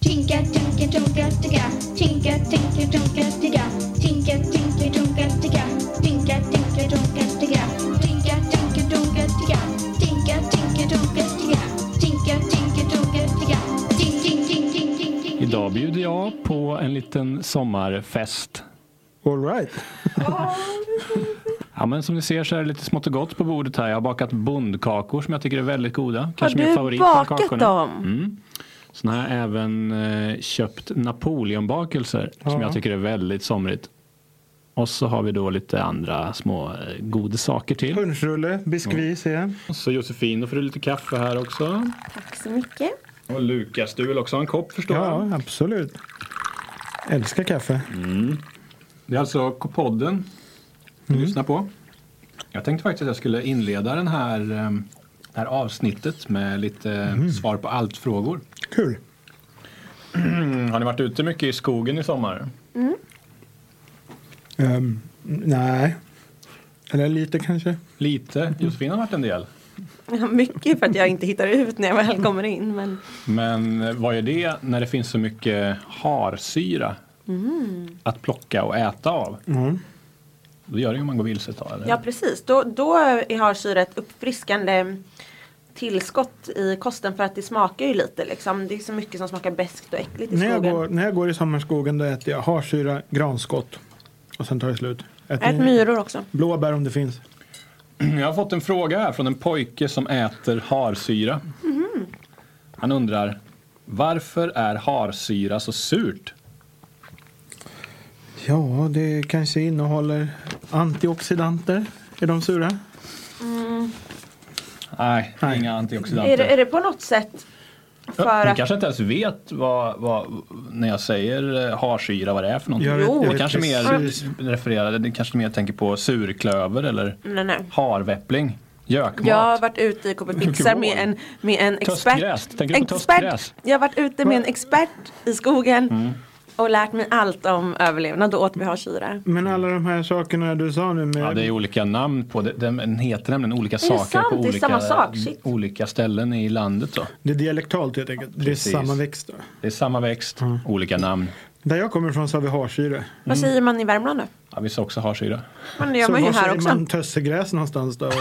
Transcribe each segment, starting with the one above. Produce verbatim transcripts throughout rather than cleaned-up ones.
Tinka, tinka, tunka, ticka. Tinka, tinka, tunka, ticka. Tinka, tinka, tunka, ticka. Tinka, tinka, tunka, ticka. Tinka, tinka, tunka, ticka. Tinka, tinka, tunka, ticka. Tinka, tinka, tunka, ticka. Ting, ting, ting, ting, ting, ting. Idag bjuder jag på en liten sommarfest. All right. Ja, men som ni ser så är det lite smått och gott på bordet här. Jag har bakat bondkakor som jag tycker är väldigt goda. Kanske har min du favorit bland bakat kakorna. dem? Mm. Sen har jag även eh, köpt Napoleonbakelser Ja. som jag tycker är väldigt somrigt. Och så har vi då lite andra små eh, goda saker till. Punschrulle, biskvis igen. Så Josefin, då får du lite kaffe här också. Tack så mycket. Och Lukas, du vill också ha en kopp förstår jag. Ja, absolut. Älskar kaffe. Det är alltså K-podden du Mm. lyssnar på. Jag tänkte faktiskt att jag skulle inleda den här, eh, det här avsnittet med lite Mm. svar på allt-frågor. Kul. Mm, har ni varit ute mycket i skogen i sommar? Um, nej. Eller lite kanske. Lite. Josefin har varit en del. Ja, mycket för att jag inte hittar ut när jag väl kommer in. Men... Men eh, vad är det när det finns så mycket harsyra att plocka och äta av? Mm. Då gör det ju om man går vilse ett tag, eller? Ja, precis. Då, då har syra ett uppfriskande tillskott i kosten för att det smakar ju lite. Liksom. Det är så mycket som smakar beskt och äckligt i När jag, skogen. går, när jag går i sommarskogen då äter jag harsyra, granskott. Och sen tar det slut. Äter Ät myror också. blåbär om det finns. Jag har fått en fråga här från en pojke som äter harsyra. Han undrar, varför är harsyra så surt? Ja, det kanske innehåller antioxidanter. Är de sura? Nej, Nej. inga antioxidanter. Är det, är det på något sätt för Ja, ni att... kanske inte ens vet vad, vad, när jag säger eh, harsyra vad det är för någonting. Jag vet- Jo. jag Det vet kanske precis. mer refererar, det kanske mer tänker på surklöver eller Nej, nej. harväppling, gökmat. Jag har varit ute i K P Pixar med en, med en Töstgräs. expert. Tänker du på expert. töstgräs? Jag har varit ute med en expert i skogen Mm. och lärt mig allt om överlevnad. Då åt vi harsyra. Men alla de här sakerna du sa nu med... Ja, det är olika namn på det. Den heter nämligen olika det saker sant? på Det är olika, samma sak. Shit. olika ställen i landet. Då. Det är dialektalt helt enkelt. Det är Precis. samma växt då. Det är samma växt, olika namn. Där jag kommer ifrån så har vi harsyra. Vad säger man i Värmland då? Ja, vi sa också harsyra. Men det gör Så man ju var här säger också. man tössegräs någonstans då?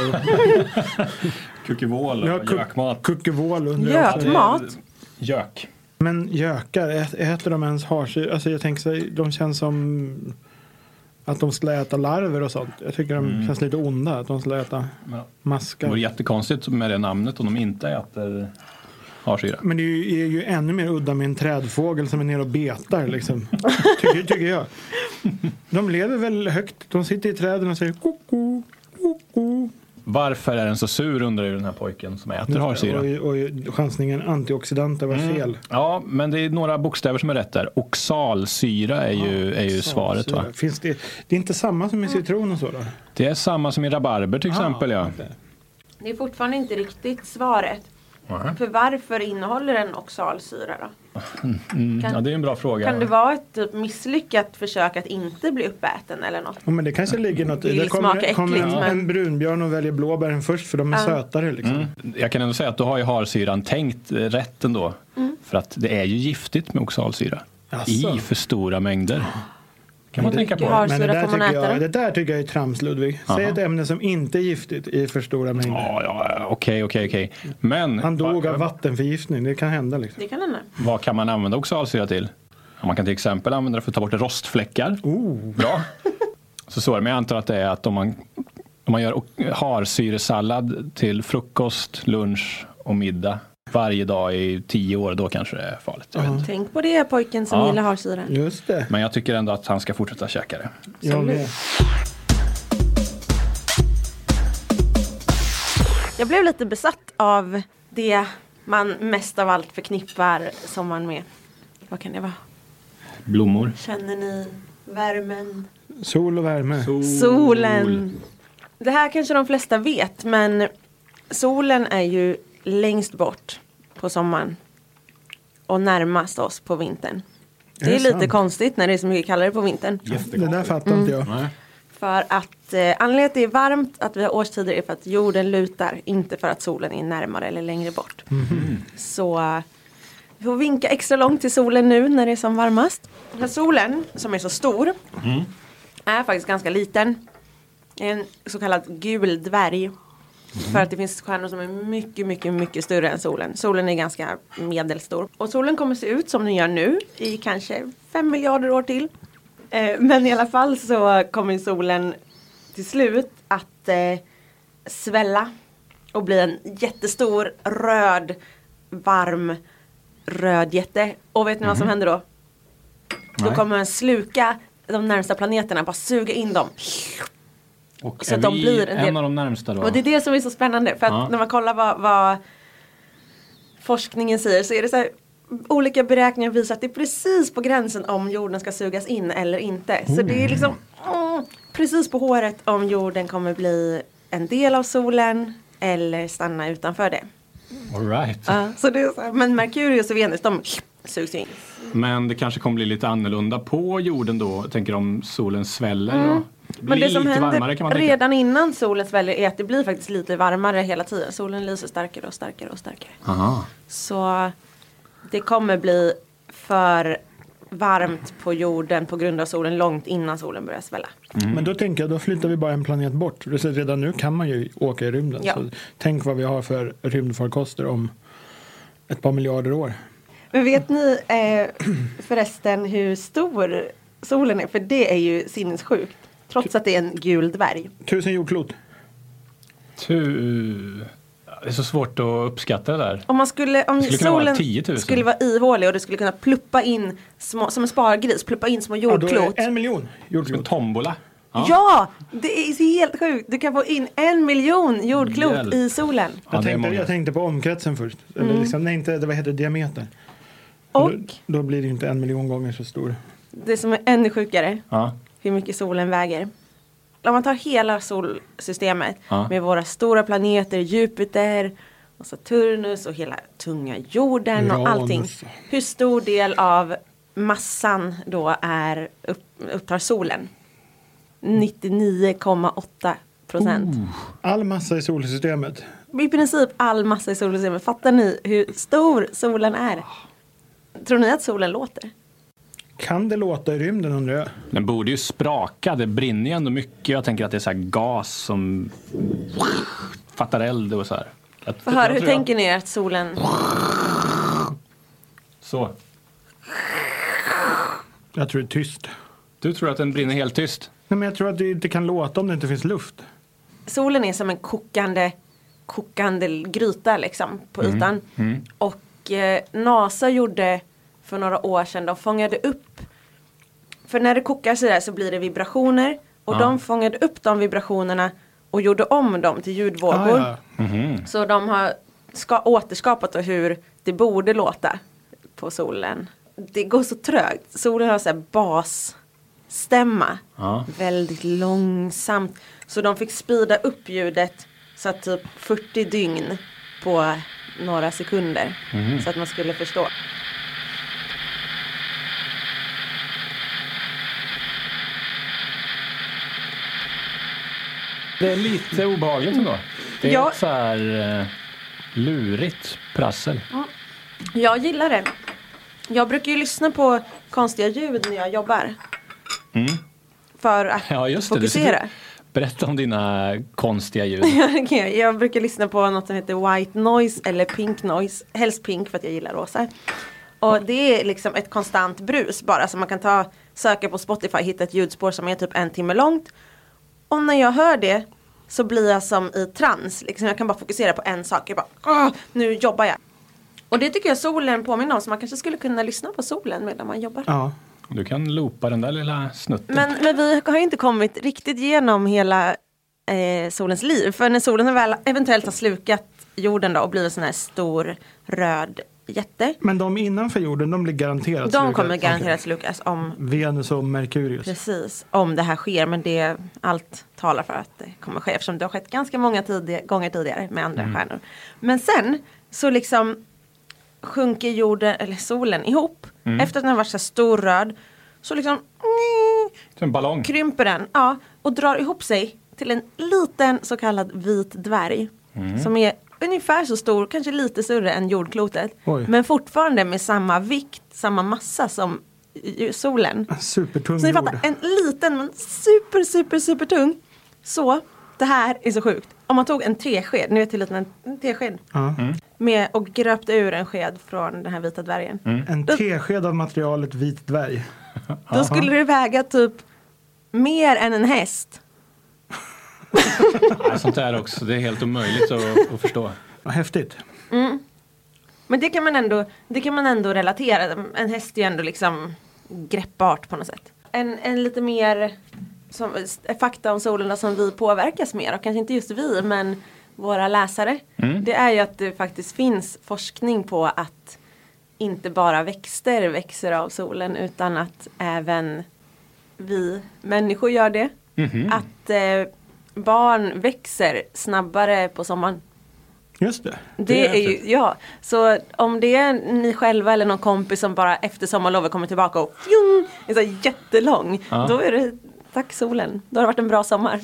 Kukivål Ja, och kuk- gökmat. Kuckevål undrar jag också. Gökmat? Gök. Men gökar, ät, äter de ens harsyra? Alltså jag tänker så, de känns som att de skulle äta larver och sånt. Jag tycker de känns lite onda att de skulle äta Ja. Det maskar. vore jättekonstigt med det namnet om de inte äter harsyra. Men det är ju, är ju ännu mer udda med en trädfågel som är nere och betar liksom. Tycker, tycker jag. De lever väl högt. De sitter i träden och säger koko, koko. Varför är den så sur undrar ju den här pojken som äter harsyra. Och, och chansningen antioxidanter var fel. Ja, men det är några bokstäver som är rätt där. Oxalsyra är ju, är ju svaret, va? Finns det, det är inte samma som i citron och så då? Det är samma som i rabarber till exempel, ja. Det är fortfarande inte riktigt svaret. För varför innehåller den oxalsyra då? Mm, Kan- ja, det är en bra fråga. Kan det vara ett typ misslyckat försök att inte bli uppäten eller något? Ja, men det kanske ligger något i. Det Det smakar kommer, kommer äckligt, en, men- en brunbjörn och väljer blåbären först för de är Ja. sötare liksom. Mm. Jag kan ändå säga att då har ju harsyran tänkt eh, rätt ändå. För att det är ju giftigt med oxalsyra. Asså. I för stora mängder. Kan man Hur tänka mycket på. har- Men det Harsyra där, får man tycker äta jag, då? det där tycker jag är trams, Ludvig. Säg Aha. ett ämne som inte är giftigt i för stora mängder. Ja, ja, okej, okej, okej. Men Han dog vad, av vattenförgiftning, det kan hända liksom. Det kan hända. vad kan man använda oxalsyra till? Ja, man kan till exempel använda det för att ta bort rostfläckar. Oh. Bra. Så så är det, men jag antar att det är att om man, om man gör harsyresallad till frukost, lunch och middag varje dag i tio år, då kanske det är farligt. Jag vet inte. Tänk på det, pojken som Ja. gillar harsyra. Just det. Men jag tycker ändå att han ska fortsätta käka det. Jag med. Jag blev lite besatt av det man mest av allt förknippar sommaren med. Vad kan det vara? Blommor. Känner ni värmen? Sol och värme. Solen. Det här kanske de flesta vet, men solen är ju längst bort på sommaren och närmast oss på vintern. Det är, Är det lite sant? konstigt när det är så mycket kallare på vintern. Det där fattar inte jag. Nej. För att eh, anledningen till att det är varmt, att vi har årstider, är för att jorden lutar, inte för att solen är närmare eller längre bort. Så Vi får vinka extra långt till solen nu när det är som varmast. Den här solen, som är så stor, mm. är faktiskt ganska liten. En så kallad gul dvärg. Mm. För att det finns stjärnor som är mycket, mycket, mycket större än solen. Solen är ganska medelstor. Och solen kommer se ut som den gör nu i kanske fem miljarder år till. Eh, men i alla fall så kommer solen till slut att eh, svälla och bli en jättestor, röd, varm, röd jätte. Och vet ni mm. vad som händer då? Nej. Då kommer den sluka de närmsta planeterna, bara suga in dem. Och så att de blir en, en av de närmsta då? Och det är det som är så spännande. För att ja. när man kollar vad, vad forskningen säger så är det så här, olika beräkningar visar att det är precis på gränsen om jorden ska sugas in eller inte. Mm. Så det är liksom mm, precis på håret om jorden kommer bli en del av solen eller stanna utanför det. All right. Ja, så det är så här, men Merkurius och Venus, de sugs in. Men det kanske kommer bli lite annorlunda på jorden då. Jag tänker om solen sväller mm. och men det som lite händer varmare, kan man redan innan solen sväller är att det blir faktiskt lite varmare hela tiden. Solen lyser starkare och starkare och starkare. Aha. Så det kommer bli för varmt på jorden på grund av solen långt innan solen börjar svälla. Mm. Men då tänker jag, då flyttar vi bara en planet bort. Redan nu kan man ju åka i rymden. Ja. Så tänk vad vi har för rymdfarkoster om ett par miljarder år. Men vet ni eh, förresten hur stor solen är? För det är ju sinnessjukt. Trots att det är en gul dvärg. Tusen jordklot. Tu... Det är så svårt att uppskatta det där. Om man skulle, om skulle solen skulle vara ihålig och det skulle kunna pluppa in små, som en spargris, pluppa in små jordklot. Ja, då är det en miljon jordklot. Tombola. Ja. ja, det är helt sjukt. Du kan få in en miljon jordklot Hjälp. i solen. Jag, ja, tänkte, jag tänkte på omkretsen först. Mm. Eller liksom, nej, inte, det vad heter diameter. Och då, då blir det ju inte en miljon gånger så stor. Det som är ännu sjukare, ja. hur mycket solen väger. Om man tar hela solsystemet ja. med våra stora planeter, Jupiter och Saturnus och hela tunga jorden Uranus. Och allting. Hur stor del av massan då är upp, upptar solen? nittionio komma åtta procent. Uh, all massa i solsystemet. I princip all massa i solsystemet. Fattar ni hur stor solen är? Tror ni att solen låter? Kan det låta i rymden, undrar jag? Den borde ju spraka. Det brinner ju ändå mycket. Jag tänker att det är så här gas som fattar eld och så här. Jag, För hör, hur tänker jag... ni att solen... Så. Jag tror det är tyst. Du tror att den brinner helt tyst? Nej, men jag tror att det inte kan låta om det inte finns luft. Solen är som en kokande, kokande gryta liksom på mm. ytan. Mm. Och eh, NASA gjorde för några år sedan, de fångade upp, för när det kokar så där så blir det vibrationer. Och ja. de fångade upp de vibrationerna och gjorde om dem till ljudvågor. Ah, ja. mm-hmm. Så de har ska, återskapat hur det borde låta på solen. Det går så trögt. Solen har så här basstämma. Ja. Väldigt långsamt. Så de fick speeda upp ljudet så att typ fyrtio dygn på några sekunder. Mm. Så att man skulle förstå. Det är lite obehagligt ändå. Det är ja. ett så här uh, lurigt prassel. Ja. Jag gillar det. Jag brukar ju lyssna på konstiga ljud när jag jobbar. Mm. För att ja, just fokusera. Det. Berätta om dina konstiga ljud. okay. Jag brukar lyssna på något som heter white noise eller pink noise. Helst pink för att jag gillar rosa. Och det är liksom ett konstant brus bara. Så man kan ta, söka på Spotify, hitta ett ljudspår som är typ en timme långt. Och när jag hör det så blir jag som i trans. Liksom jag kan bara fokusera på en sak. Jag bara, nu jobbar jag. Och det tycker jag solen påminner om. Så man kanske skulle kunna lyssna på solen medan man jobbar. Ja. Du kan loopa den där lilla snutten. Men, men vi har ju inte kommit riktigt igenom hela eh, solens liv. För när solen väl eventuellt har slukat jorden då och blivit en sån här stor röd jätte. Men de innanför jorden, de blir garanterat De slukas. kommer garanterat slukas om... Venus och Merkurius. Precis, om det här sker. Men det, allt talar för att det kommer ske. Eftersom det har skett ganska många tidig- gånger tidigare med andra mm. stjärnor. Men sen så liksom sjunker jorden, eller solen ihop. Mm. Efter att den har varit så stor röd. Så liksom... Som en ballong. Krymper den, ja. Och drar ihop sig till en liten så kallad vit dvärg. Mm. Som är ungefär så stor, kanske lite större än jordklotet. Oj. Men fortfarande med samma vikt, samma massa som i- i solen. Supertung Så ni jord. fattar, en liten men super, super, super tung. Så, det här är så sjukt. Om man tog en tesked, ni vet hur liten en, en tesked. Ja. Med och gröpte ur en sked från den här vita dvärgen. En tesked av materialet vit dvärg. Då skulle det väga typ mer än en häst. Ja, sånt där också. Det är helt omöjligt att, att förstå. Vad häftigt. Men det kan man ändå, det kan man ändå relatera. En häst är ju ändå liksom greppbart på något sätt. En, en lite mer som, fakta om solen som vi påverkas mer. Och kanske inte just vi, men våra läsare. Mm. Det är ju att det faktiskt finns forskning på att inte bara växter växer av solen. Utan att även vi människor gör det. Mhm. Att eh, barn växer snabbare på sommaren. Just det. Det, Det är är ju, häftigt. ja. Så om det är ni själva eller någon kompis som bara efter sommarlovet kommer tillbaka och fjong, är så jättelång. Ja. Då är det, tack solen. Då har det varit en bra sommar.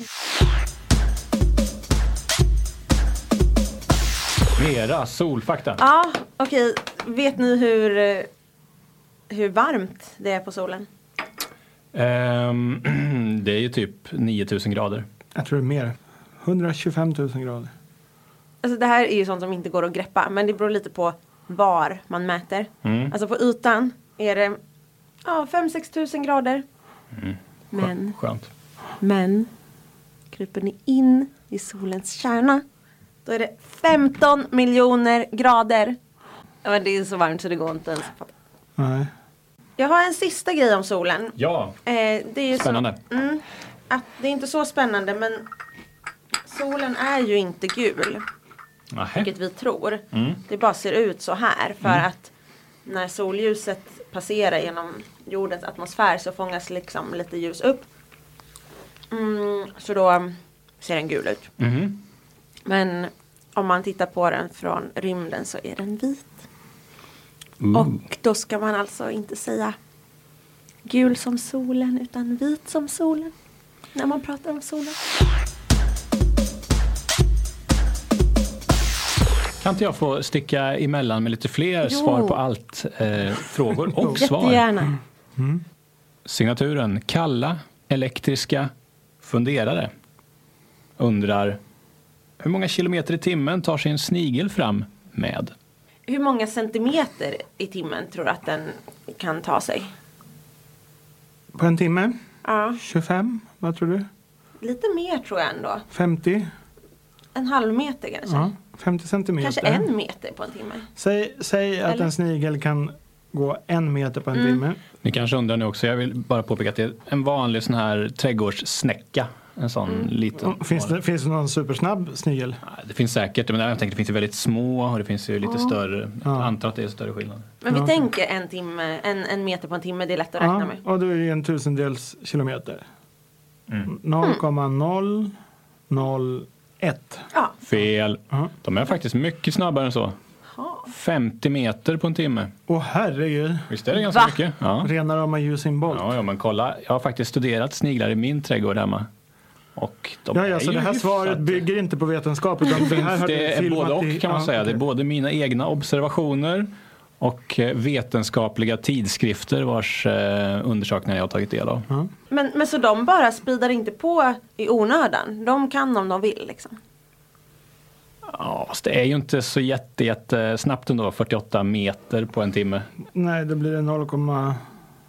Mera solfakta. Ja, okej. Vet ni hur, eh, hur varmt det är på solen? Ehm, det är ju typ nio tusen grader. Jag tror det är mer. hundratjugofem tusen grader. Alltså det här är ju sånt som inte går att greppa. Men det beror lite på var man mäter. Mm. Alltså på ytan är det ja, fem sex tusen grader. Men... Skönt. Men kryper ni in i solens kärna, då är det femton miljoner grader. Ja, men det är så varmt så det går inte ens att fatta. Nej. Jag har en sista grej om solen. Ja, Eh, det är ju Spännande. Så, mm, att det är inte så spännande, men solen är ju inte gul, nähä. vilket vi tror. Mm. Det bara ser ut så här för att när solljuset passerar genom jordens atmosfär så fångas liksom lite ljus upp. Mm, så då ser den gul ut. Mhm. Men om man tittar på den från rymden så är den vit. Mm. Och då ska man alltså inte säga gul som solen utan vit som solen när man pratar om solen. Kan inte jag få sticka emellan med lite fler Jo. svar på allt? Eh, frågor och svar. Jättegärna. Signaturen kalla, elektriska, funderare. Undrar hur många kilometer i timmen tar sig en snigel fram med? Hur många centimeter i timmen tror du att den kan ta sig? På en timme? Ja, tjugofem? Vad tror du? lite mer tror jag ändå. femtio? En halv meter kanske. Ja. femtio centimeter. Kanske en meter på en timme. Säg, säg att Eller? en snigel kan gå en meter på en Mm. timme. Ni kanske undrar nu också, jag vill bara påpeka att det är en vanlig sån här trädgårdssnäcka. En sån Mm. liten. Finns det, finns det någon supersnabb snigel? Nej, det finns säkert, men jag tänker det finns ju väldigt små och det finns ju lite Ja. större. Jag Ja. antar att det är större skillnad. Men vi Ja. tänker en timme, en, en meter på en timme, det är lätt att räkna Ja, med. och då är det en tusendels kilometer. Mm. noll komma noll noll ett. Ja. Fel. Ja. De är faktiskt mycket snabbare än så. Ha. femtio meter på en timme. Åh herregud. Visst är det ganska Va? mycket? Ja. Rena rama Usain Bolt. Ja, ja, men kolla. Jag har faktiskt studerat sniglar i min trädgård hemma. Och de Ja, ja, är så ju det här hyfsat- svaret bygger inte på vetenskap utan det här har du Det är filmat både och i- kan man ja, säga. Det är okej. både mina egna observationer och eh, vetenskapliga tidskrifter vars eh, undersökningar jag har tagit del av. Ja. Men, men så de bara speedar inte på i onödan? De kan om de vill liksom? Ja, fast det är ju inte så jätte, jätte snabbt ändå, fyrtioåtta meter på en timme. Nej, då blir det noll komma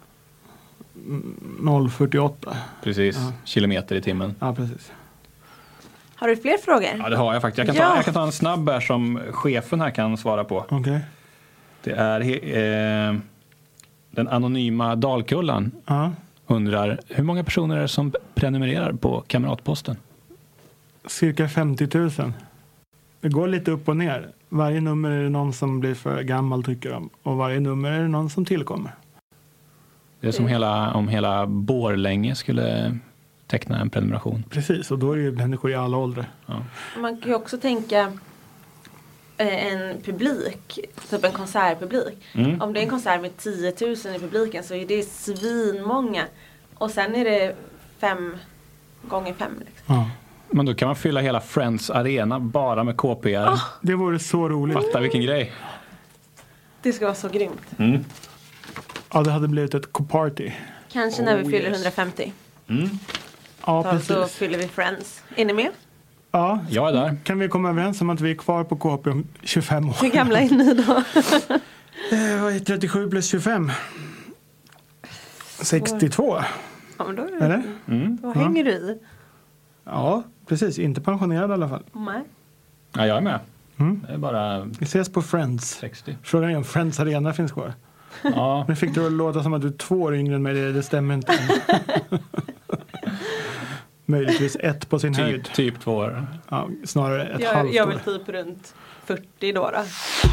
noll fyrtioåtta. Precis, Ja. kilometer i timmen. Ja, precis. Har du fler frågor? Ja, det har jag faktiskt. Jag kan ta, Ja. jag kan ta en snabb här som chefen här kan svara på. Okej. Det är he- eh, den anonyma Dalkullan Ja. undrar hur många personer är det som prenumererar på Kamratposten? Cirka femtio tusen. Det går lite upp och ner. Varje nummer är det någon som blir för gammal tycker de. Och varje nummer är det någon som tillkommer. Det är som hela, om hela Borlänge skulle teckna en prenumeration. Precis, och då är det ju människor i alla åldrar. Ja. Man kan ju också tänka eh, en publik, typ en konsertpublik. Mm. Om det är en konsert med tio tusen i publiken så är det svinmånga. Och sen är det fem gånger fem. Liksom. Ja. Men då kan man fylla hela Friends Arena bara med K P-are. Oh. Det vore så roligt. Fatta vilken grej. Det ska vara så grymt. Mm. Ja, det hade blivit ett K-party. Kanske när oh, vi fyller yes. hundrafemtio. Mm. Ja, så, precis. Så fyller vi Friends. Är ni med? Ja, jag är där. Kan vi komma överens om att vi är kvar på K P om tjugofem år? Hur gamla är ni då? Vad är trettiosju plus tjugofem? sextiotvå. Ja, men då är det. Eller? Mm. Då hänger du i. Ja, precis. Inte pensionerad i alla fall. Nej. Ja, jag är med. Mm. Det är bara... Vi ses på Friends. sextio. Frågan är om Friends Arena finns kvar. Ja. Nu fick du låta som att du är två år yngre än mig. Det, det stämmer inte. Möjligtvis ett på sin typ, höjd. Typ två år. Ja, snarare ett jag, halvt år. Jag vill typ runt fyrtio då. då.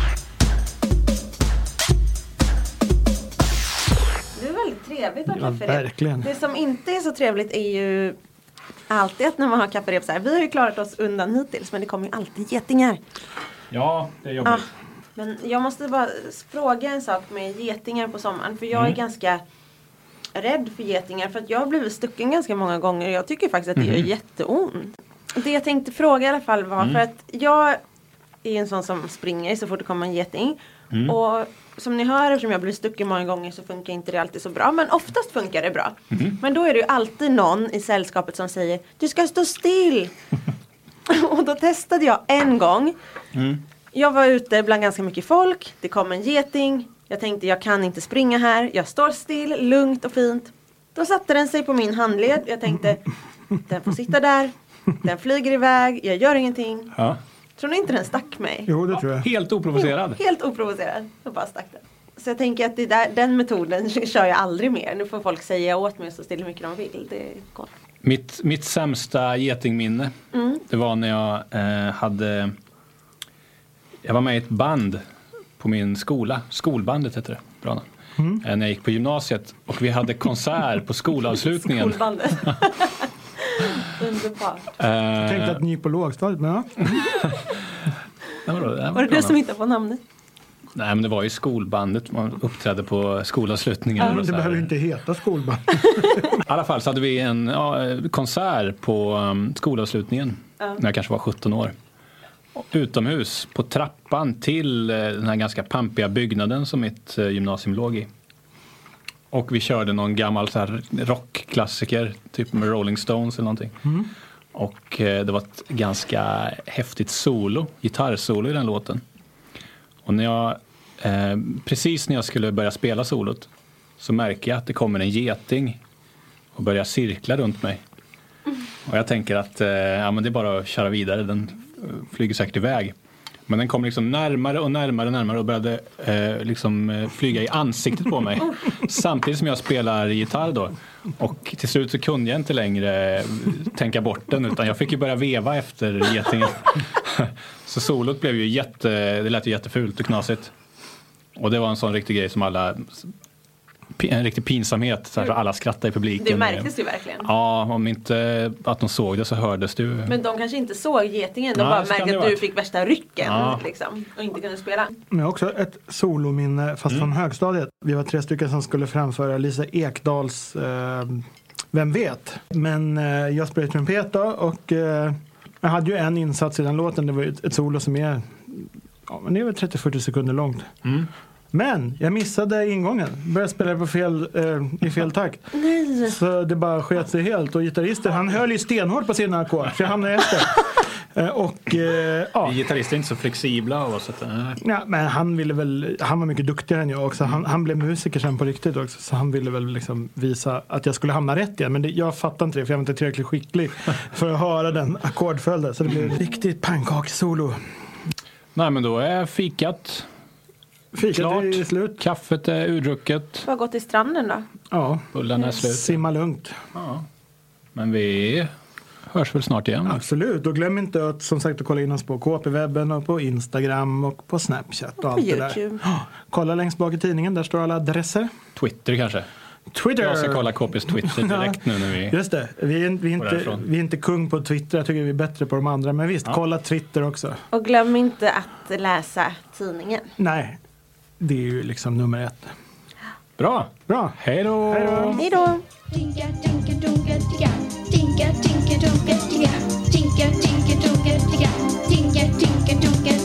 Det är väldigt trevligt att ha ja, verkligen. Det som inte är så trevligt är ju alltid att när man har kafferep så här. Vi har ju klarat oss undan hittills, men det kommer ju alltid getingar. Ja, det är jobbigt. Ah, men jag måste bara fråga en sak med getingar på sommaren. För jag mm. är ganska rädd för getingar. För att jag har blivit stucken ganska många gånger. Och jag tycker faktiskt att det mm. gör jätteont. Det jag tänkte fråga i alla fall var. Mm. För att jag är en sån som springer så fort det kommer en geting. Mm. Och som ni hör, eftersom jag blir stucken många gånger så funkar inte det alltid så bra. Men oftast funkar det bra. Mm. Men då är det ju alltid någon i sällskapet som säger du ska stå still. Och då testade jag en gång. Mm. Jag var ute bland ganska mycket folk. Det kom en geting. Jag tänkte jag kan inte springa här. Jag står still, lugnt och fint. Då satte den sig på min handled. Jag tänkte den får sitta där. Den flyger iväg. Jag gör ingenting. Ja. Tror ni inte den stack mig? Jo, det tror jag. Helt oprovocerad. Jo, helt oprovocerad. Och bara stack den. Så jag tänker att det där, den metoden kör jag aldrig mer. Nu får folk säga åt mig så still hur mycket de vill. Det är gott. Mitt, mitt sämsta getingminne mm. det var när jag eh, hade... Jag var med i ett band på min skola. Skolbandet heter det. Bra namn. Mm. När jag gick på gymnasiet. Och vi hade konsert på skolavslutningen. Skolbandet. Underbart. Jag tänkte att ni på lågstadiet, men ja. det var, det var, var det du som hittade på namnet? Nej, men det var ju skolbandet. Man uppträdde på skolavslutningen. Ja, men det behöver inte heta skolband. I alla fall så hade vi en ja, konsert på um, skolavslutningen. Ja. När jag kanske var sjutton år. Utomhus på trappan till uh, den här ganska pampiga byggnaden som mitt uh, gymnasium låg i. Och vi körde någon gammal så här rockklassiker, typ med Rolling Stones eller någonting. Mm. Och eh, det var ett ganska häftigt solo, gitarrsolo i den låten. Och när jag, eh, precis när jag skulle börja spela solot så märker jag att det kommer en geting och börjar cirkla runt mig. Mm. Och jag tänker att eh, ja, men det är bara att köra vidare, den flyger säkert iväg. Men den kom liksom närmare och närmare och närmare och började eh, liksom flyga i ansiktet på mig. Samtidigt som jag spelar gitarr då. Och till slut så kunde jag inte längre tänka bort den utan jag fick ju börja veva efter getingen. Så solot blev ju jätte, det lät ju jättefult och knasigt. Och det var en sån riktig grej som alla... En riktig pinsamhet så här, alla skrattade i publiken. Det märktes ju verkligen. Ja, om inte att de såg det så hördes du. Men de kanske inte såg getingen. De ja, bara märkte att du fick värsta rycken ja. liksom, och inte kunde spela. Men också ett solominne fast mm. från högstadiet. Vi var tre stycken som skulle framföra Lisa Ekdals eh, Vem vet? Men eh, jag spelade trumpet då och eh, jag hade ju en insats i den låten. Det var ett, ett solo som är, ja, men det är väl trettio till fyrtio sekunder långt. Mm. Men jag missade ingången. Började spela på fel, eh, i fel takt. Nej. Så det bara sket sig helt. Och gitarrister, han höll ju stenhårt på sina ackord. Så jag hamnade efter. eh, och, eh, ja. Gitarrister är inte så flexibla. Och så att, äh. ja, men han ville väl, han var mycket duktigare än jag också. Han, han blev musiker sen på riktigt också. Så han ville väl liksom visa att jag skulle hamna rätt igen. Men det, jag fattade inte det, för jag var inte tillräckligt skicklig för att höra den ackordföljden. Så det blev riktigt pannkakssolo. Nej, men då är fikat... Fikat klart. Är slut. Kaffet är urdrucket. Du har gått till stranden då? Ja. Bullarna är slut. Simma lugnt. Ja. Men vi hörs väl snart igen. Absolut. Och glöm inte att som sagt att kolla in oss på K P-webben och på Instagram och på Snapchat och, och allt YouTube. Det där. Oh, kolla längst bak i tidningen. Där står alla adresser. Twitter kanske. Twitter. Jag ska kolla K P:s Twitter direkt nu när vi... Just det. Vi är, vi, är inte, vi är inte kung på Twitter. Jag tycker vi är bättre på de andra. Men visst, ja. Kolla Twitter också. Och glöm inte att läsa tidningen. Nej. Det är ju liksom nummer ett. Bra. Bra. Hej då. Hej då. Tinka, tinka, dunka, tinka. Tinka, tinka, dunka, tinka. Tinka, tinka, tunka, ticka. Tinka, tinka, tunka,